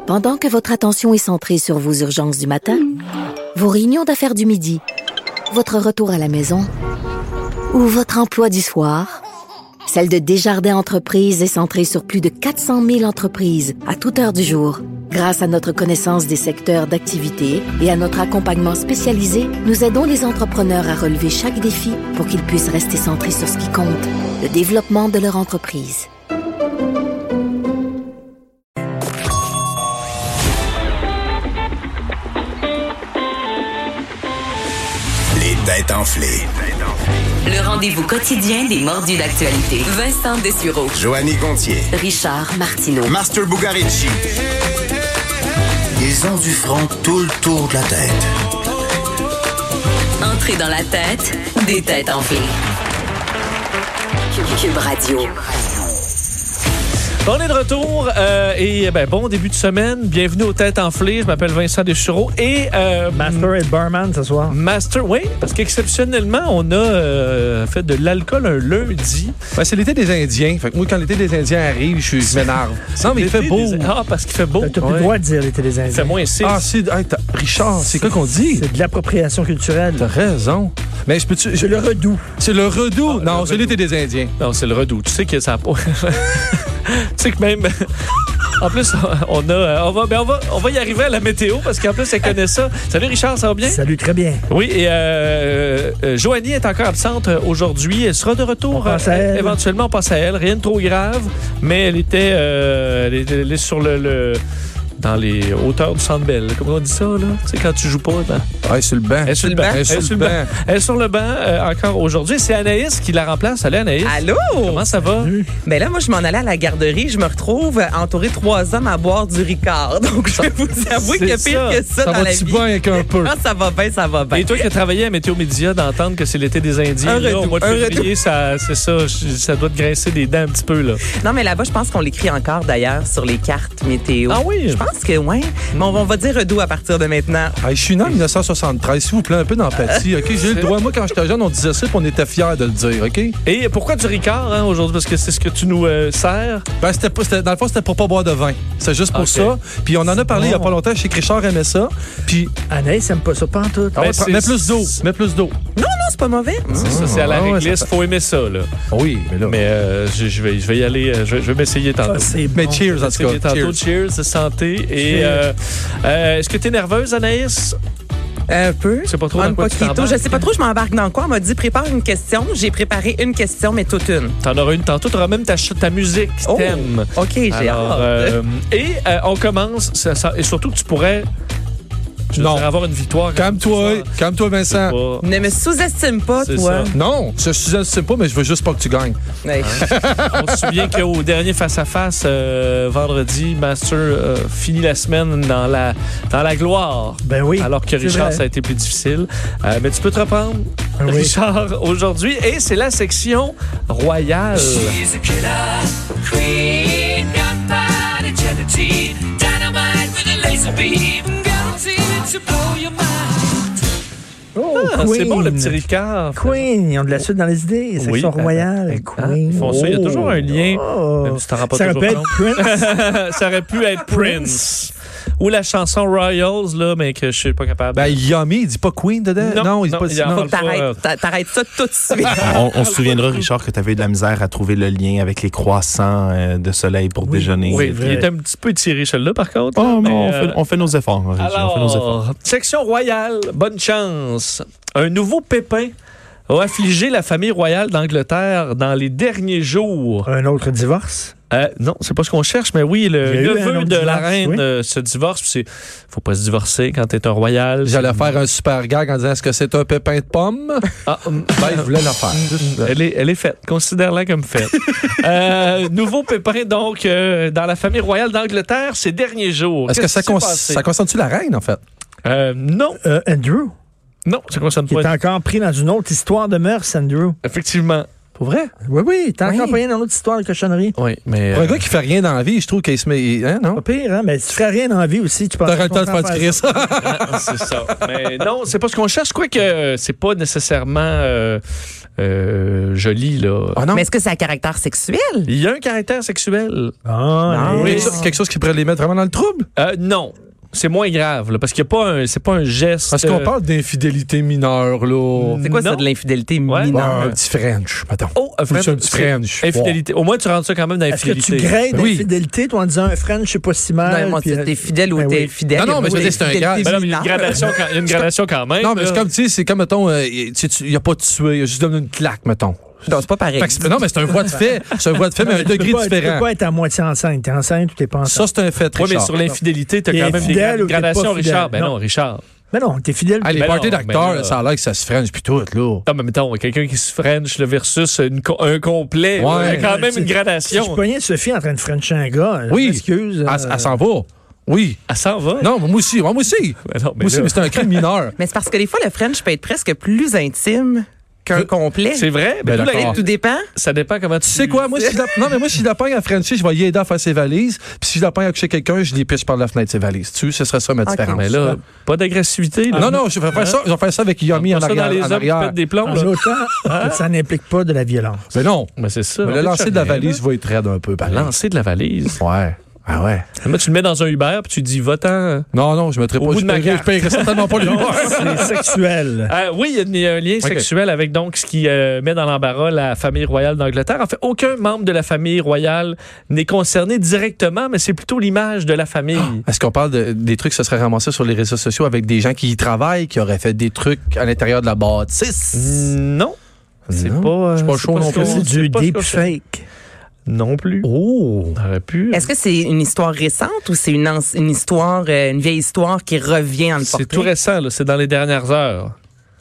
Pendant que votre attention est centrée sur vos urgences du matin, vos réunions d'affaires du midi, votre retour à la maison ou votre emploi du soir, celle de Desjardins Entreprises est centrée sur plus de 400 000 entreprises à toute heure du jour. Grâce à notre connaissance des secteurs d'activité et à notre accompagnement spécialisé, nous aidons les entrepreneurs à relever chaque défi pour qu'ils puissent rester centrés sur ce qui compte, le développement de leur entreprise. Les têtes enflées. Le rendez-vous quotidien des mordus d'actualité. Vincent Dessureau. Joanny Gontier. Richard Martineau. Master Bugarici. Ils ont du front tout le tour de la tête. Entrée dans la tête des têtes enflées. Cube Radio. On est de retour bon début de semaine. Bienvenue aux Têtes Enflées. Je m'appelle Vincent Dessureau et Master et Barman ce soir. Master, oui, parce qu'exceptionnellement, on a fait de l'alcool un lundi. Ben, c'est l'été des Indiens. Fait que moi, quand l'été des Indiens arrive, je m'énerve. Non, mais il fait beau. Parce qu'il fait beau. T'as plus le droit de dire l'été des Indiens. Il fait moins 6. Richard, c'est quoi qu'on dit? C'est de l'appropriation culturelle. T'as raison. Mais C'est le redout. C'est le redout. Non, c'est l'été des Indiens. Non, c'est le redout. Tu sais que ça n'a pas... Tu sais que même... En plus, on va y arriver à la météo parce qu'en plus, elle connaît ça. Salut Richard, ça va bien? Salut, très bien. Oui, et Joanny est encore absente aujourd'hui. Elle sera de retour. Éventuellement, on passe à elle. Rien de trop grave, mais elle est sur dans les hauteurs du Centre Bell. Comment on dit ça, là? Tu sais, quand tu joues pas, Ouais, sur le banc. Elle est sur le banc. Elle est sur le banc encore aujourd'hui. C'est Anaïs qui la remplace. Salut, Anaïs. Allô? Comment ça va? Ben là, moi, je m'en allais à la garderie. Je me retrouve entouré 3 hommes à boire du Ricard. Donc, je vais vous avouer qu'il y a pire que ça dans la vie. Ça va-tu bien avec un peu? Ah, ça va bien, ça va bien. Et toi qui as travaillé à Météo Média, d'entendre que c'est l'été des Indiens, là, au mois de février, ça doit te grincer des dents un petit peu, là. Non, mais là-bas, je pense qu'on l'écrit encore, d'ailleurs, sur les cartes météo. Ah oui? Je pense que oui. Mais on va dire redout à partir de maintenant. Je suis né en 1973. S'il vous plaît, un peu d'empathie. OK? J'ai le droit. Moi, quand j'étais jeune, on disait ça et on était fiers de le dire. OK? Et pourquoi du Ricard aujourd'hui? Parce que c'est ce que tu nous sers? Ben, dans le fond, c'était pour pas boire de vin. C'est juste pour ça. Puis on en a parlé il y a pas longtemps. Je sais que Richard aimait ça. Puis Anaïs aime pas ça, pas en tout. Mets plus d'eau. Mets plus d'eau. Non, c'est pas mauvais. C'est ça, c'est à la réglisse. Faut aimer ça, là. Oui, mais là. Mais je vais y aller. Je vais m'essayer tantôt. Mais cheers, en tout cas. Cheers, santé. Et est-ce que t'es nerveuse, Anaïs? Un peu. Je sais pas trop dans quoi tu t'embarques. Je sais pas trop, je m'embarque dans quoi. On m'a dit prépare une question. J'ai préparé une question, mais toute une. T'en auras une tantôt. T'auras même ta musique thème. OK, j'ai hâte. On commence. Et surtout, tu pourrais... avoir une victoire. Calme-toi, Vincent. Ne me sous-estime pas, toi. Ça. Non, je sous-estime pas, mais je veux juste pas que tu gagnes. Ouais. On se souvient qu'au dernier face-à-face, vendredi, Master finit la semaine dans la gloire. Ben oui. Alors que Richard, ça a été plus difficile. Mais tu peux te reprendre, oui. Richard, aujourd'hui. Et c'est la section royale. She's a killer queen, gunpowder gelatine, dynamite with a laser beam. C'est bon le petit Ricard. Queen, ils ont de la suite dans les idées. Section royale. Queen. Ils font ça. Il y a toujours un lien. Même si t'en rends pas ça toujours aurait pu être Prince. Ça aurait pu être Prince. Ou la chanson Royals, là, mais que je suis pas capable. Ben, Yummy, il dit pas Queen dedans? Non, il dit pas Faut que t'arrêtes ça tout de suite. On se souviendra, Richard, que tu avais de la misère à trouver le lien avec les croissants de soleil pour déjeuner. Oui, il est un petit peu tiré, celui-là, par contre. Oh, mais on fait nos efforts. Alors, on fait nos efforts. Section royale, bonne chance. Un nouveau pépin a affligé la famille royale d'Angleterre dans les derniers jours. Un autre divorce? Non, c'est pas ce qu'on cherche, mais oui, le neveu de la reine se divorce. Faut pas se divorcer quand t'es un royal. J'allais faire un super gag en disant est-ce que c'est un pépin de pomme? Je voulais le faire. Elle est faite. Considère-la comme faite. Nouveau pépin, donc, dans la famille royale d'Angleterre ces derniers jours. Est-ce que ça concerne-tu la reine, en fait? Non. Andrew? Non, ça concerne pas. Il est encore pris dans une autre histoire de mœurs, Andrew. Effectivement. Pour vrai? Oui, t'as encore pas rien dans notre histoire de cochonnerie. Oui, mais... Pour un gars qui fait rien dans la vie, je trouve qu'il se met... Hein, non? Pas pire, hein? Mais si tu ferais rien dans la vie aussi, tu penses... T'aurais le temps de faire tirer ça. C'est ça. Mais non, c'est pas ce qu'on cherche. Je crois que c'est pas nécessairement joli, là. Ah non? Mais est-ce que c'est à caractère sexuel? Il y a un caractère sexuel. Ah, Oui, quelque chose qui pourrait les mettre vraiment dans le trouble? Non. C'est moins grave, là, parce qu'il n'y a pas c'est pas un geste. Parce qu'on parle d'infidélité mineure, là. C'est quoi ça, de l'infidélité mineure? Un petit French, mettons. Oh, un petit French. Infidélité. Au moins, tu rentres ça quand même dans l'infidélité. Est-ce que tu grades d'infidélité, toi, en disant un French, c'est pas si mal? Non, moi, t'es fidèle ou t'es fidèle. Non, mais c'est un gars. Il y a une gradation quand même. Non, mais c'est comme, tu sais, c'est comme, mettons, il n'y a pas de tuer, il a juste donné une claque, mettons. Non, c'est pas pareil. Non, mais c'est un voie de fait. C'est un voie de fait, mais un degré différent. Tu peux pas être à moitié enceinte. T'es enceinte ou t'es pas enceinte. Ça, c'est un fait, Richard. Oui, mais sur l'infidélité, t'as quand même des gradations, Richard. Ben non, Richard. Mais non, t'es fidèle. Les parties d'acteurs, ça a l'air que ça se french puis tout, là. Non, mais mettons, quelqu'un qui se french versus un complet. Ouais. Il y a quand même une gradation. Je peux rien de Sophie en train de frencher un gars. Oui. Excuse. Elle s'en va. Oui. Elle s'en va? Non, moi aussi. Ben non, moi aussi, mais c'est un crime mineur. Mais c'est parce que des fois, le French peut être presque plus intime qu'un complet. C'est vrai? Ben tout dépend. Ça dépend comment tu sais quoi? Moi, si je la pogne à Frenchie, je vais y aider à faire ses valises. Puis si je la pogne à coucher quelqu'un, je les piche par la fenêtre ses valises. Tu sais, ce serait ça ma différence. Mais là, pas d'agressivité. Là. Non, je vais faire ça. Je vais faire ça avec Yami en arrière. Dans les hommes qui pètent des plombs. En autant, ça n'implique pas de la violence. Mais non. Mais c'est ça. Mais le lancer de la valise va être raide un peu. Le lancer de la valise? Ouais. Ah ouais. Moi, tu le mets dans un Uber puis tu dis va-t'en. Non, je mettrais pas. Je paierais certainement pas l'Uber. C'est sexuel. Oui, il y a un lien sexuel avec donc ce qui met dans l'embarras la famille royale d'Angleterre. En fait, aucun membre de la famille royale n'est concerné directement, mais c'est plutôt l'image de la famille. Est-ce qu'on parle des trucs qui se seraient ramassés sur les réseaux sociaux avec des gens qui y travaillent, qui auraient fait des trucs à l'intérieur de la bâtisse? Non. C'est pas chaud non plus. C'est du deepfake. Non plus. Oh! Aurait pu. Est-ce que c'est une histoire récente ou c'est une histoire, une vieille histoire qui revient en le portrait? C'est tout récent, là. C'est dans les dernières heures.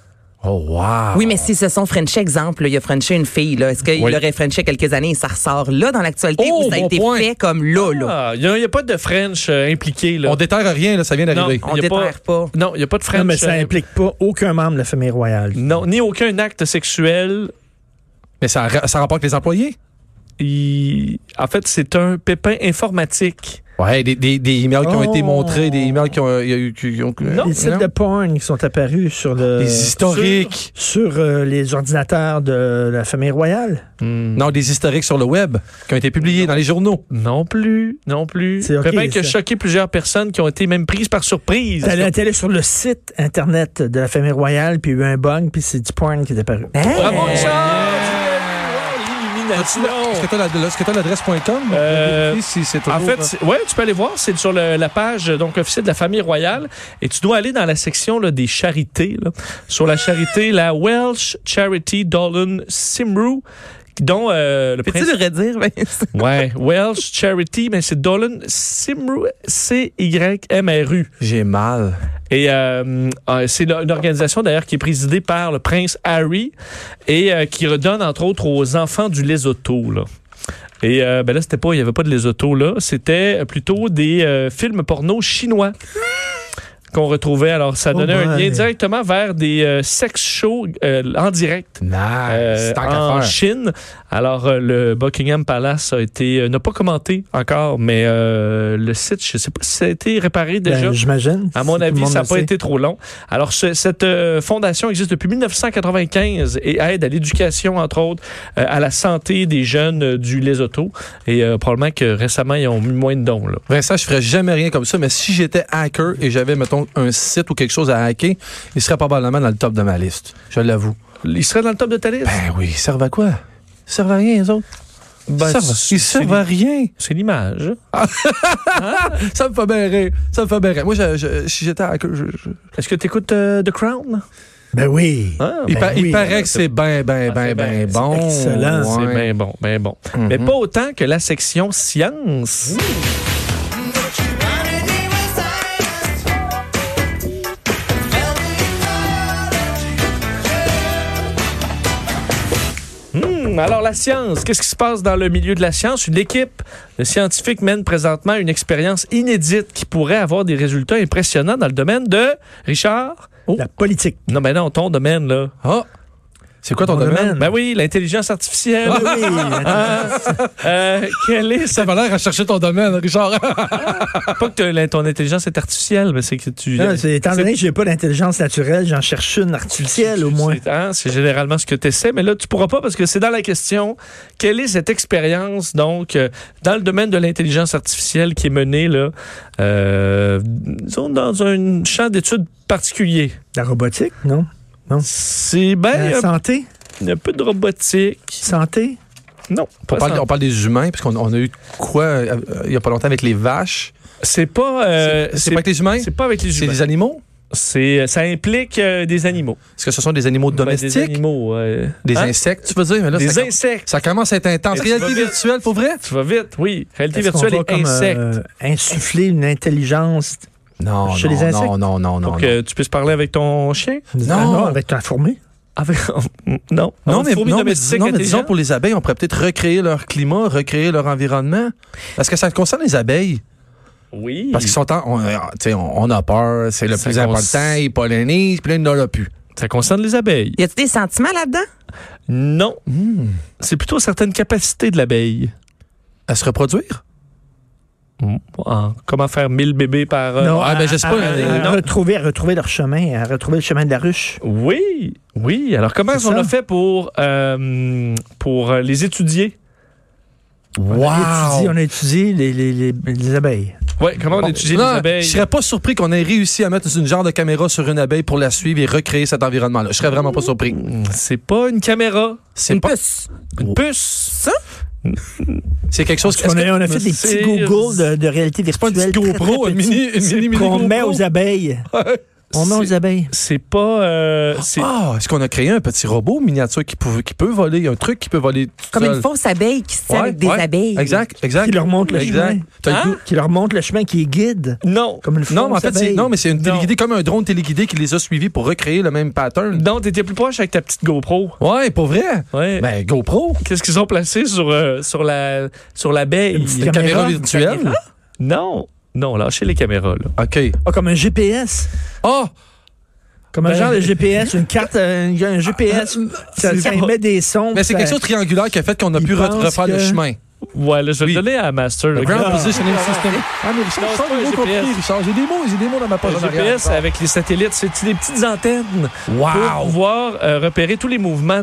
Oh, wow! Oui, mais si ce sont Frenchés, exemple, il a Frenché une fille, là. Est-ce qu'il aurait Frenché quelques années et ça ressort là dans l'actualité ou ça a été fait comme là? Il n'y a pas de French impliqué, là. On déterre rien, là, ça vient d'arriver. On déterre pas. Non, il n'y a pas de French. Non, mais ça implique pas aucun membre de la famille royale. Non, ni aucun acte sexuel. Mais ça rapporte les employés? En fait, c'est un pépin informatique. Ouais, des emails qui ont été montrés, des emails qui ont des sites de porn qui sont apparus sur le... Des historiques. Sur les ordinateurs de la famille royale. Non, des historiques sur le web qui ont été publiés dans les journaux. Non plus. C'est okay, pépin qui a choqué plusieurs personnes qui ont été même prises par surprise. T'es allé sur le site Internet de la famille royale, puis il y a eu un bug, puis c'est du porn qui est apparu. Bravo, Richard! Est-ce que tu as l'adresse.com? En fait, ouais, tu peux aller voir. C'est sur la page donc officielle de la famille royale. Et tu dois aller dans la section là, des charités. Là. Sur la charité, la Welsh Charity Dolan Cymru, dont le Peux-tu le redire? Ouais, Welsh Charity, mais c'est Dolan Cymru, C-Y-M-R-U. J'ai mal. Et c'est une organisation d'ailleurs qui est présidée par le prince Harry et qui redonne entre autres aux enfants du Lesotho. Là. Et là, il n'y avait pas de Lesotho là, c'était plutôt des films porno chinois. Qu'on retrouvait. Alors, ça donnait un lien directement vers des sex shows en direct en Chine. Alors, le Buckingham Palace n'a pas commenté encore, mais le site, je ne sais pas si ça a été réparé déjà. J'imagine. À mon avis, ça n'a pas été trop long. Alors, cette fondation existe depuis 1995 et aide à l'éducation, entre autres, à la santé des jeunes du Lesotho. Et probablement que récemment, ils ont mis moins de dons. Là. Vincent, je ferais jamais rien comme ça, mais si j'étais hacker et j'avais, mettons, un site ou quelque chose à hacker, il serait probablement dans le top de ma liste. Je l'avoue. Il serait dans le top de ta liste? Ben oui, ils servent à quoi? Ils servent à rien, les autres. Ils servent à rien. C'est l'image. Ça me fait bien rire. Moi, si j'étais hacker, Est-ce que tu écoutes The Crown? Ben oui. Il paraît que c'est bien bon. Excellent. Ouais. C'est bien bon. Mm-hmm. Mais pas autant que la section science. Alors, la science, qu'est-ce qui se passe dans le milieu de la science? Une équipe de scientifiques mène présentement une expérience inédite qui pourrait avoir des résultats impressionnants dans le domaine de, Richard? La politique. Non, mais non, ton domaine, là. Ah! C'est quoi ton Mon domaine? Ben oui, l'intelligence artificielle. Oui, Quel est Ça va l'air à chercher ton domaine, Richard. Pas que ton intelligence est artificielle, mais c'est que tu... étant donné que j'ai pas d'intelligence naturelle, j'en cherche une artificielle au moins. C'est généralement ce que tu essaies, mais là, tu pourras pas parce que c'est dans la question. Quelle est cette expérience, donc, dans le domaine de l'intelligence artificielle qui est menée, là, disons, dans un champ d'études particulier? La robotique, non? C'est La santé? Il y a un peu de robotique. Santé? Non. On parle des humains, parce qu'on a eu quoi il y a pas longtemps avec les vaches? C'est pas... c'est pas avec les humains? C'est pas avec les humains. C'est des animaux? Ça implique des animaux. Est-ce que ce sont des animaux domestiques? Des animaux. Des insectes, tu veux dire? Mais là, des insectes. Ça commence à être intense. Réalité virtuelle, pour vrai? Tu vas vite, oui. Réalité Est-ce virtuelle qu'on va et insectes. insuffler une intelligence chez les insectes? Non. Pour que tu puisses parler avec ton chien? Non, avec ta fourmi. Non, mais disons pour les abeilles, on pourrait peut-être recréer leur climat, recréer leur environnement. Parce que ça concerne les abeilles. Oui. Parce qu'ils sont on a peur, c'est le plus important, ils pollinisent, puis là, ils n'en ont plus. Ça concerne les abeilles. Y a-t-il des sentiments là-dedans? Non. C'est plutôt certaines capacités de l'abeille. À se reproduire? Comment faire 1000 bébés par... Non, je sais pas. À retrouver leur chemin, à retrouver le chemin de la ruche. Oui. Alors, comment on a fait pour les étudier? On a étudié les abeilles. Oui, comment on étudie les abeilles? Je serais pas surpris qu'on ait réussi à mettre une genre de caméra sur une abeille pour la suivre et recréer cet environnement-là. Je serais vraiment pas surpris. C'est pas une caméra. C'est puce. Une puce. Ça? C'est quelque chose on a fait des petits Google de réalité virtuelle. C'est pas une petite GoPro, une mini qu'on met aux abeilles. On met aux abeilles. C'est pas... est-ce qu'on a créé un petit robot miniature qui peut voler, un truc qui peut voler tout comme seul? Une fausse abeille qui se tient avec des abeilles. Exact. Qui leur montre le chemin. Qui leur montre le chemin, qui est guide. Non. Comme une fausse abeille. Mais c'est une téléguidée, comme un drone téléguidé qui les a suivis pour recréer le même pattern. Non, t'étais plus proche avec ta petite GoPro. Ouais, pour vrai? Ouais. Ben, GoPro. Qu'est-ce qu'ils ont placé sur l'abeille? Une caméra virtuelle? Non, lâchez les caméras, là. OK. Comme un GPS. Comme un genre de GPS, une carte, un GPS, ça émet des sons. Mais c'est quelque chose de triangulaire qui a fait qu'on a pu refaire le chemin. Ouais, là, je vais le donner à Master. Le Ground Positioning System. Mais Richard, j'ai des mots dans ma poche. Le GPS avec les satellites, c'est des petites antennes pour pouvoir repérer tous les mouvements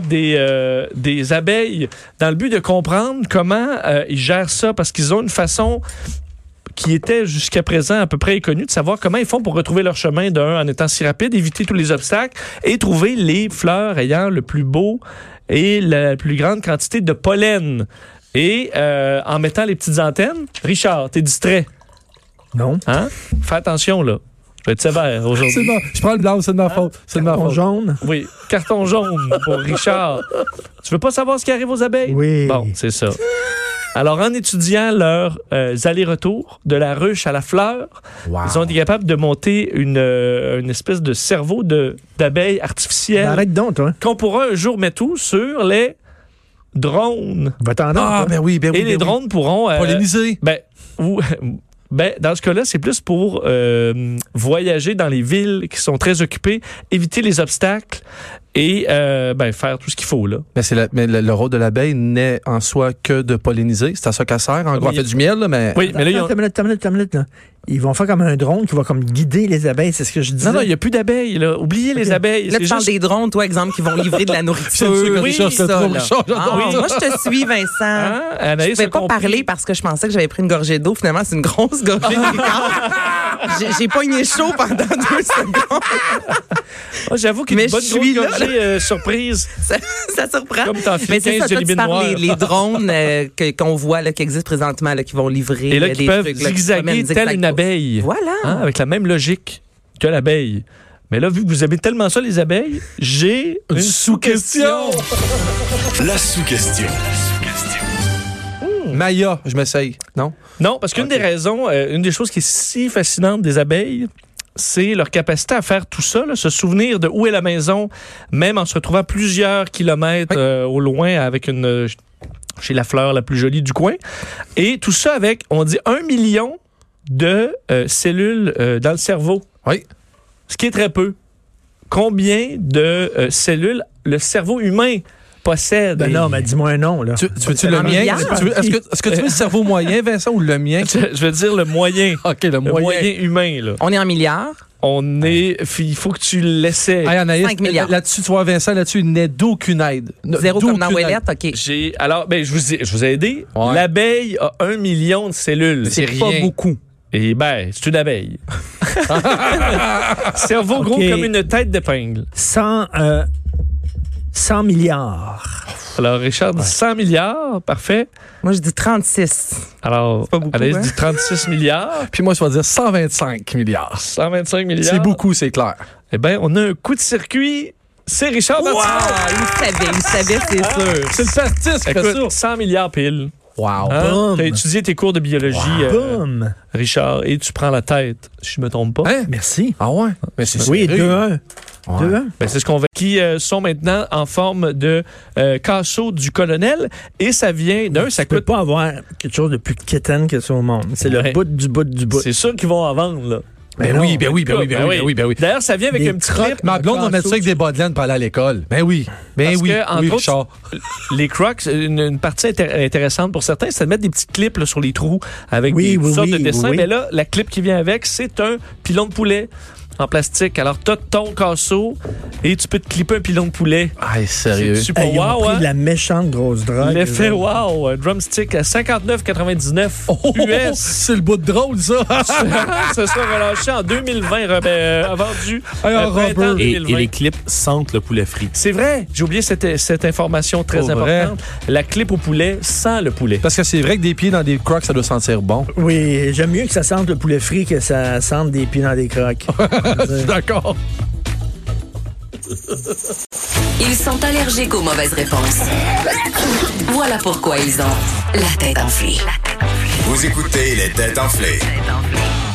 des abeilles dans le but de comprendre comment ils gèrent ça, parce qu'ils ont une façon qui était jusqu'à présent à peu près inconnue, de savoir comment ils font pour retrouver leur chemin en étant si rapide, éviter tous les obstacles et trouver les fleurs ayant le plus beau et la plus grande quantité de pollen. Et en mettant les petites antennes, Richard, t'es distrait. Non. Hein? Fais attention, là. Je vais être sévère aujourd'hui. C'est bon. Je prends le blanc, c'est de ma faute. C'est de ma faute. Jaune. Oui, carton jaune pour Richard. Tu veux pas savoir ce qui arrive aux abeilles? Oui. Bon, c'est ça. Alors, en étudiant leurs allers-retours de la ruche à la fleur, ils ont été capables de monter une espèce de cerveau d'abeilles artificielles. Arrête donc, toi. Qu'on pourra un jour mettre tout sur les drones. Oui. Et les drones pourront... polliniser. Dans ce cas-là, c'est plus pour voyager dans les villes qui sont très occupées, éviter les obstacles et faire tout ce qu'il faut, là. Mais le rôle de l'abeille n'est en soi que de polliniser. C'est à ça qu'elle sert. En gros, elle fait du miel, là, mais... Oui, mais là, Attends une minute, là. Ils vont faire comme un drone qui va comme guider les abeilles, c'est ce que je disais. Non, il n'y a plus d'abeilles, là. Oubliez les abeilles. Là, tu parles des drones, toi, exemple, qui vont livrer de la nourriture. Oui, ça, là. Moi, je te suis, Vincent. Je ne pouvais pas parler parce que je pensais que j'avais pris une gorgée d'eau. Finalement, c'est une grosse gorgée de J'ai pogné chaud pendant 2 secondes. J'avoue qu'une bonne grosse gorgée surprise. Ça surprend. Comme t'en mais c'est ça, toi, tu parles les drones qu'on voit, là, qui existent présentement, là, qui vont livrer et là, des qui peuvent trucs. Zigzaguer telle une abeille. Voilà. Avec la même logique que l'abeille. Mais là, vu que vous aimez tellement ça, les abeilles, j'ai une sous-question. La sous-question. Maya, je m'essaye. Non? Non, parce qu'une des raisons, une des choses qui est si fascinante des abeilles, c'est leur capacité à faire tout ça, là, se souvenir de où est la maison, même en se retrouvant plusieurs kilomètres au loin avec chez la fleur la plus jolie du coin. Et tout ça avec, on dit, 1 million de cellules dans le cerveau. Oui. Ce qui est très peu. Combien de cellules le cerveau humain possède. Ben non, mais dis-moi un nom, là. Tu veux-tu le mien? Est-ce que tu veux le cerveau moyen, Vincent, ou le mien? Je veux dire le moyen. OK, le moyen humain, là. On est en milliards? Il faut que tu l'essaies. Hey, Anaïs, 5 milliards. Là-dessus, tu vois, Vincent, là-dessus, il n'est d'aucune aide. Zéro comme dans Ouellette, OK. Je vous ai aidé. Ouais. L'abeille a 1 million de cellules. C'est pas rien. beaucoup. Et c'est une abeille. Cerveau gros comme une tête d'épingle. 100 milliards. Alors, Richard dit 100 milliards. Parfait. Moi, je dis 36. Alors, Anaïs dit 36 milliards. Puis moi, je vais dire 125 milliards. 125 milliards. C'est beaucoup, c'est clair. Eh bien, on a un coup de circuit. C'est Richard Martineau. Il savait, c'est sûr. C'est le factice, Écoute, 100 milliards pile. Wow. Tu as étudié tes cours de biologie, Richard, et tu prends la tête, si je me trompe pas. Hein? Merci. Ah ouais? Mais c'est Oui, 2-1. Ouais. 2-1. Ben, c'est ce qu'on va. Qui sont maintenant en forme de casseau du colonel. Et ça vient d'un. Ça Tu peux coûte. pas avoir quelque chose de plus quétaine que ça au monde. C'est le bout du bout du bout. C'est sûr qu'ils vont en vendre, là. Ben oui. D'ailleurs, ça vient avec Des un petit crocs. clip. Ma blonde va mettre ça avec des bas de laine pour aller à l'école. Ben oui. Parce oui. que, entre oui, autres, Richard. les Crocs, une partie intéressante pour certains, c'est de mettre des petits clips là, sur les trous avec des sortes de dessins. Mais là, la clip qui vient avec, c'est un pilon de poulet en plastique. Alors, t'as ton casseau et tu peux te clipper un pilon de poulet. Ah, sérieux. C'est super Ils ont wow, pris hein? de la méchante grosse drogue. L'effet wow, un drumstick à 59,99 US. C'est le bout de drôle, ça. Ce sera relâché en 2020, vendu Robert. Et 2020. les clips sentent le poulet frit. C'est vrai, j'ai oublié cette information très Pour importante. vrai? La clip au poulet sent le poulet. Parce que c'est vrai que des pieds dans des crocs, ça doit sentir bon. Oui, j'aime mieux que ça sente le poulet frit que ça sente des pieds dans des crocs. D'accord. Ils sont allergiques aux mauvaises réponses. Voilà pourquoi ils ont la tête enflée. Vous écoutez les têtes enflées.